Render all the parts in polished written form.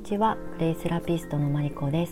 ちは、クレイセラピストのマリコです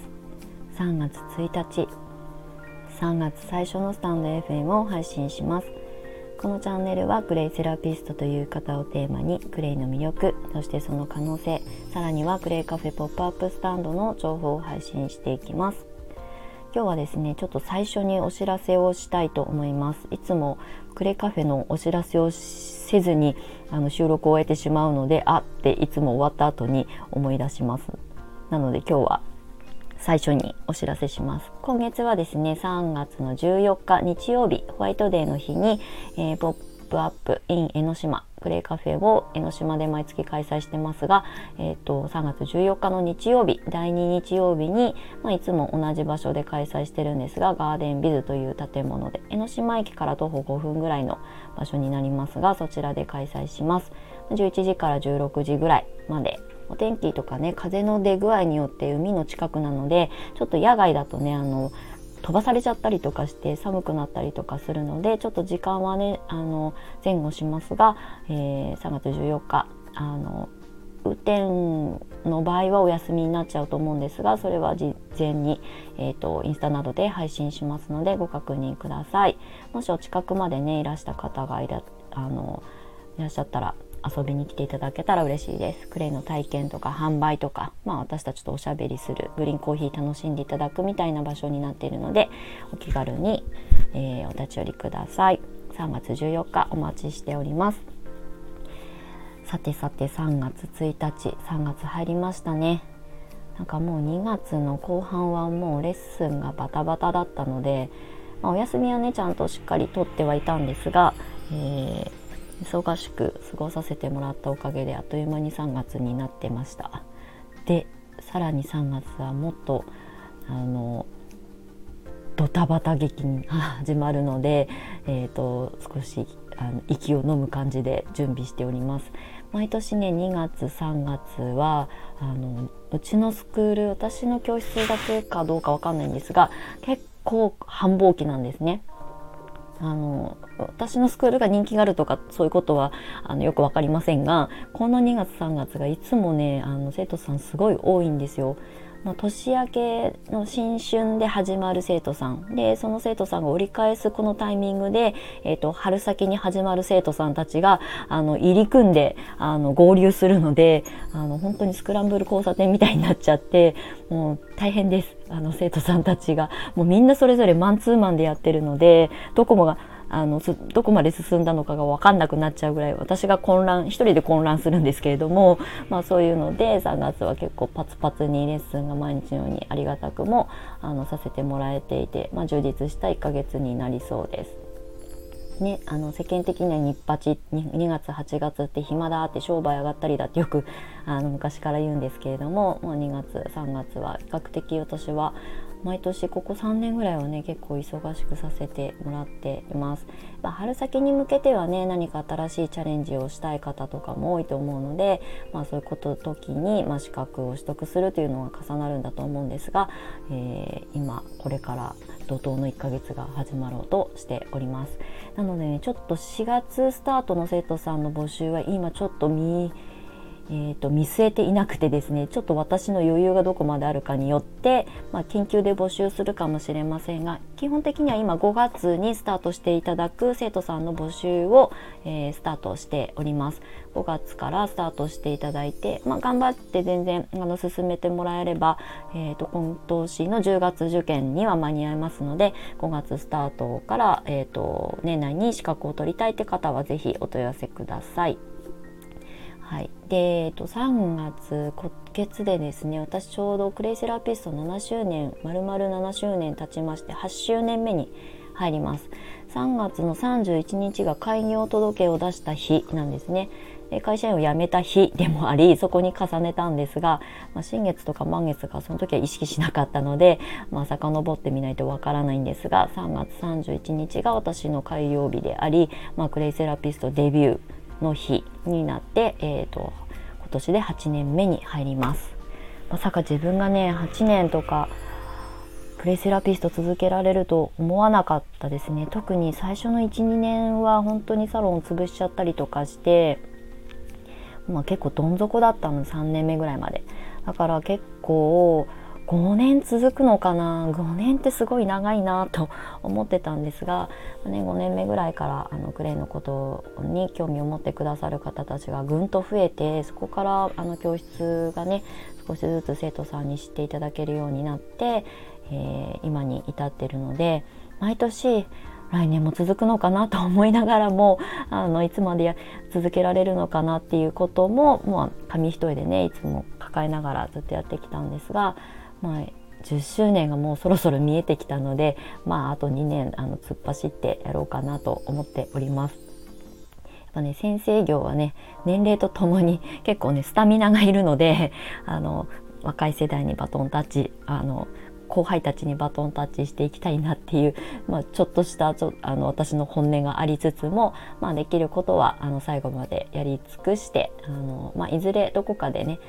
。3月1日、3月最初のスタンド FM を配信します。このチャンネルはクレイセラピストという方をテーマにクレイの魅力、そしてその可能性、さらにはクレイカフェポップアップスタンドの情報を配信していきます。今日はですね、ちょっと最初にお知らせをしたいと思います。いつもクレイカフェのお知らせをせずに収録を終えてしまうので、っていつも終わった後に思い出します。なので今日は最初にお知らせします。今月はですね、3月の14日日曜日、ホワイトデーの日に、ポップアップ in 江ノ島クレイカフェを江ノ島で毎月開催してますが、3月14日の日曜日、第2日曜日に、いつも同じ場所で開催してるんですが、ガーデンビズという建物で江ノ島駅から徒歩5分ぐらいの場所になりますが、そちらで開催します。11時から16時ぐらいまで。お天気とかね、風の出具合によって海の近くなので、ちょっと野外だとね、飛ばされちゃったりとかして寒くなったりとかするので、ちょっと時間はね前後しますが、3月14日雨天の場合はお休みになっちゃうと思うんですが、それは事前に、インスタなどで配信しますのでご確認ください。もしお近くまでねいらした方がいらっしゃったら遊びに来ていただけたら嬉しいです。クレイの体験とか販売とか、私たちとおしゃべりするグリーンコーヒー楽しんでいただくみたいな場所になっているので、お気軽に、お立ち寄りください。3月14日お待ちしております。さて3月1日、3月入りましたね。なんかもう2月の後半はもうレッスンがバタバタだったので、お休みはねちゃんとしっかり取ってはいたんですが、忙しく過ごさせてもらったおかげであっという間に3月になってました。で、さらに3月はもっとドタバタ劇に始まるので、少し息を飲む感じで準備しております。毎年ね2月3月はうちのスクール、私の教室だけかどうかわかんないんですが、結構繁忙期なんですね。私のスクールが人気があるとかそういうことはよくわかりませんが、この2月3月がいつもね生徒さんすごい多いんですよ。年明けの新春で始まる生徒さんで、その生徒さんが折り返すこのタイミングで、春先に始まる生徒さんたちが入り組んで合流するので、本当にスクランブル交差点みたいになっちゃって、もう大変です。生徒さんたちがもうみんなそれぞれマンツーマンでやってるので、どこまで進んだのかが分かんなくなっちゃうぐらい、私が一人で混乱するんですけれども、そういうので3月は結構パツパツにレッスンが毎日のようにありがたくもさせてもらえていて、充実した1ヶ月になりそうですね。世間的には日8 2月8月って暇だって商売上がったりだってよく昔から言うんですけれども、もう2月3月は比較的私は毎年ここ3年ぐらいはね結構忙しくさせてもらっています。春先に向けてはね何か新しいチャレンジをしたい方とかも多いと思うので、そういう時に、資格を取得するというのが重なるんだと思うんですが、今これから怒涛の1ヶ月が始まろうとしております。なのでね、ちょっと4月スタートの生徒さんの募集は今ちょっと見据えていなくてですね、ちょっと私の余裕がどこまであるかによって、研究で募集するかもしれませんが、基本的には今5月にスタートしていただく生徒さんの募集を、スタートしております。5月からスタートしていただいて、頑張って全然進めてもらえれば、今年の10月受験には間に合いますので、5月スタートから、年内に資格を取りたいって方はぜひお問い合わせください。はい、で3月今月でですね、私ちょうどクレイセラピスト7周年丸々7周年経ちまして、8周年目に入ります。3月の31日が開業届を出した日なんですね。で会社員を辞めた日でもあり、そこに重ねたんですが、新月とか満月がその時は意識しなかったので、遡ってみないとわからないんですが、3月31日が私の開業日であり、クレイセラピストデビューの日になって、今年で8年目に入ります。まさか自分がね8年とかクレイセラピスト続けられると思わなかったですね。特に最初の 1,2 年は本当にサロンを潰しちゃったりとかして、結構どん底だったの、3年目ぐらいまで。 だから結構5年続くのかな。5年ってすごい長いなと思ってたんですが、5年目ぐらいからクレイのことに興味を持ってくださる方たちがぐんと増えて、そこから教室がね少しずつ生徒さんに知っていただけるようになって、今に至ってるので、毎年来年も続くのかなと思いながらもいつまで続けられるのかなっていうことも、紙一重でねいつも抱えながらずっとやってきたんですが、10周年がもうそろそろ見えてきたので、あと2年突っ走ってやろうかなと思っております。やっぱね、先生業はね年齢とともに結構ねスタミナがいるので、若い世代にバトンタッチ後輩たちにバトンタッチしていきたいなっていう、ちょっとした私の本音がありつつも、できることは最後までやり尽くしていずれどこかでね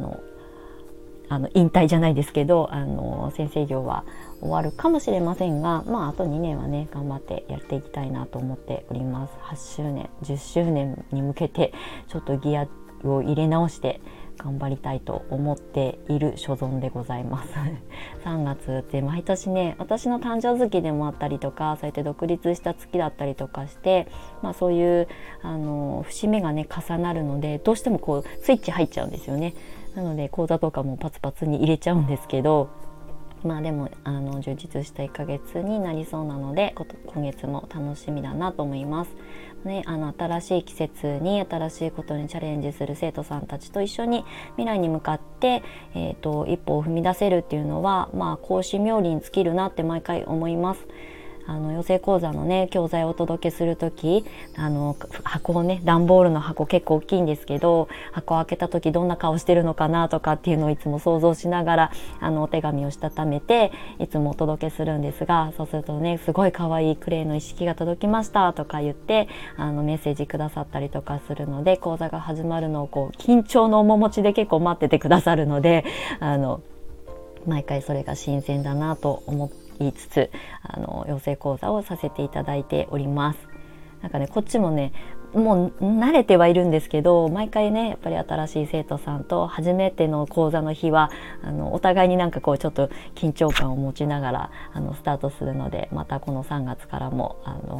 引退じゃないですけど先生業は終わるかもしれませんが、あと2年はね頑張ってやっていきたいなと思っております。8周年10周年に向けてちょっとギアを入れ直して頑張りたいと思っている所存でございます3月って毎年ね私の誕生月でもあったりとか、そうやって独立した月だったりとかして、そういう節目がね重なるので、どうしてもこうスイッチ入っちゃうんですよね。なので講座とかもパツパツに入れちゃうんですけど、でも充実した1ヶ月になりそうなので、今月も楽しみだなと思います。新しい季節に新しいことにチャレンジする生徒さんたちと一緒に未来に向かって、一歩を踏み出せるっていうのは、講師冥利に尽きるなって毎回思います。養成講座のね教材をお届けするとき箱をね、段ボールの箱結構大きいんですけど、箱を開けた時どんな顔してるのかなとかっていうのをいつも想像しながらお手紙をしたためていつもお届けするんですが、そうするとねすごい可愛いクレイの一式が届きましたとか言ってメッセージくださったりとかするので、講座が始まるのを緊張の面持ちで結構待っててくださるので毎回それが新鮮だなと思いつつ養成講座をさせていただいております。こっちもねもう慣れてはいるんですけど、毎回ねやっぱり新しい生徒さんと初めての講座の日はお互いにちょっと緊張感を持ちながらスタートするので、またこの3月からも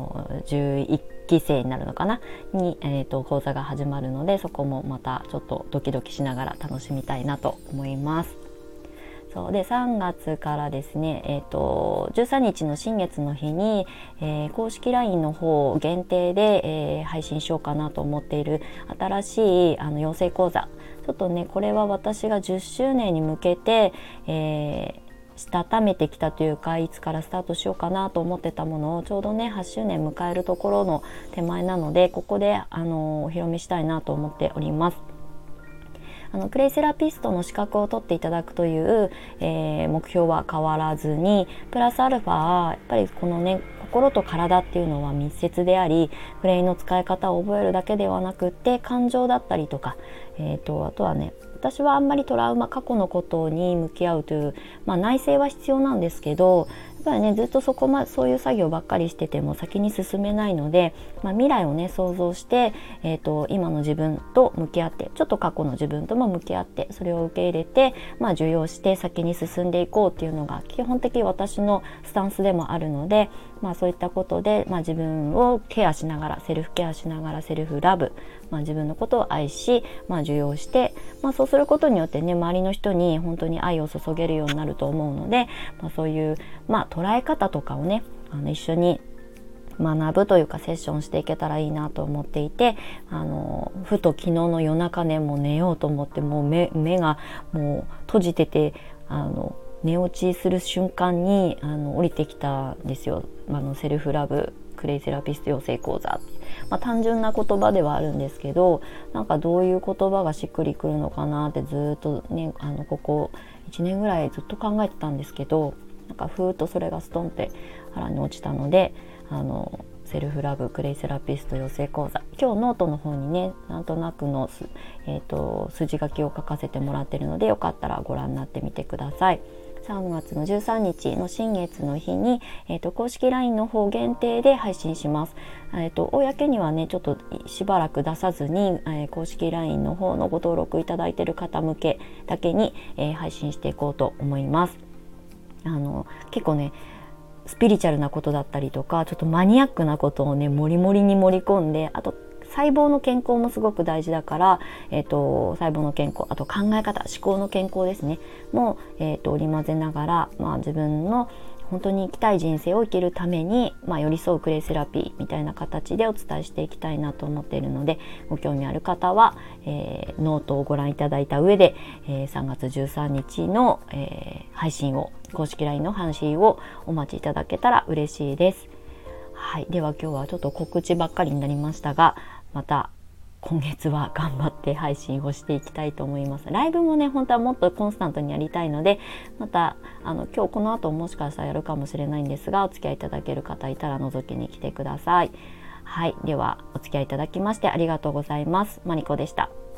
11期生になるのかなに、講座が始まるので、そこもまたちょっとドキドキしながら楽しみたいなと思います。そうで3月からですね、13日の新月の日に、公式 LINE の方限定で、配信しようかなと思っている新しい養成講座、ちょっとねこれは私が10周年に向けて、したためてきたというか、いつからスタートしようかなと思ってたものをちょうどね8周年迎えるところの手前なので、ここでお披露目したいなと思っております。クレイセラピストの資格を取っていただくという、目標は変わらずに、プラスアルファやっぱりこのね心と体っていうのは密接であり、クレイの使い方を覚えるだけではなくって、感情だったりとか、あとはね私はあんまりトラウマ過去のことに向き合うという、内省は必要なんですけど、やっぱりねずっとそういう作業ばっかりしてても先に進めないので、未来をね想像して、今の自分と向き合って、ちょっと過去の自分とも向き合って、それを受け入れて、受容して先に進んでいこうっていうのが基本的に私のスタンスでもあるので、そういったことで、自分をケアしながら、セルフケアしながらセルフラブ、自分のことを愛し、受容して、そうすることによってね周りの人に本当に愛を注げるようになると思うので、そういう捉え方とかをね一緒に学ぶというかセッションしていけたらいいなと思っていて、ふと昨日の夜中ねもう寝ようと思って、もう目がもう閉じてて寝落ちする瞬間に降りてきたんですよ。セルフラブクレイセラピスト養成講座、単純な言葉ではあるんですけど、どういう言葉がしっくりくるのかなってずっとねここ1年ぐらいずっと考えてたんですけど、ふーっとそれがストンって腹に落ちたので、セルフラブクレイセラピスト養成講座、今日ノートの方にねなんとなくの筋書きを書かせてもらってるので、よかったらご覧になってみてください。 3月の13日の新月の日に、公式 LINE の方限定で配信します。公にはねちょっとしばらく出さずに、公式 LINE の方のご登録いただいている方向けだけに、配信していこうと思います。結構ねスピリチュアルなことだったりとかちょっとマニアックなことをねもりもりに盛り込んで、あと細胞の健康もすごく大事だから、細胞の健康、あと考え方、思考の健康ですねも、織り交ぜながら、自分の本当に生きたい人生を生きるために、寄り添うクレイセラピーみたいな形でお伝えしていきたいなと思っているので、ご興味ある方は、ノートをご覧いただいた上で、3月13日の、配信を、公式 LINE の配信をお待ちいただけたら嬉しいです。はい、では今日はちょっと告知ばっかりになりましたが、また今月は頑張って配信をしていきたいと思います。ライブもね本当はもっとコンスタントにやりたいので、また今日この後もしかしたらやるかもしれないんですが、お付き合いいただける方いたら覗きに来てください。はい、ではお付き合いいただきましてありがとうございます。マリコでした。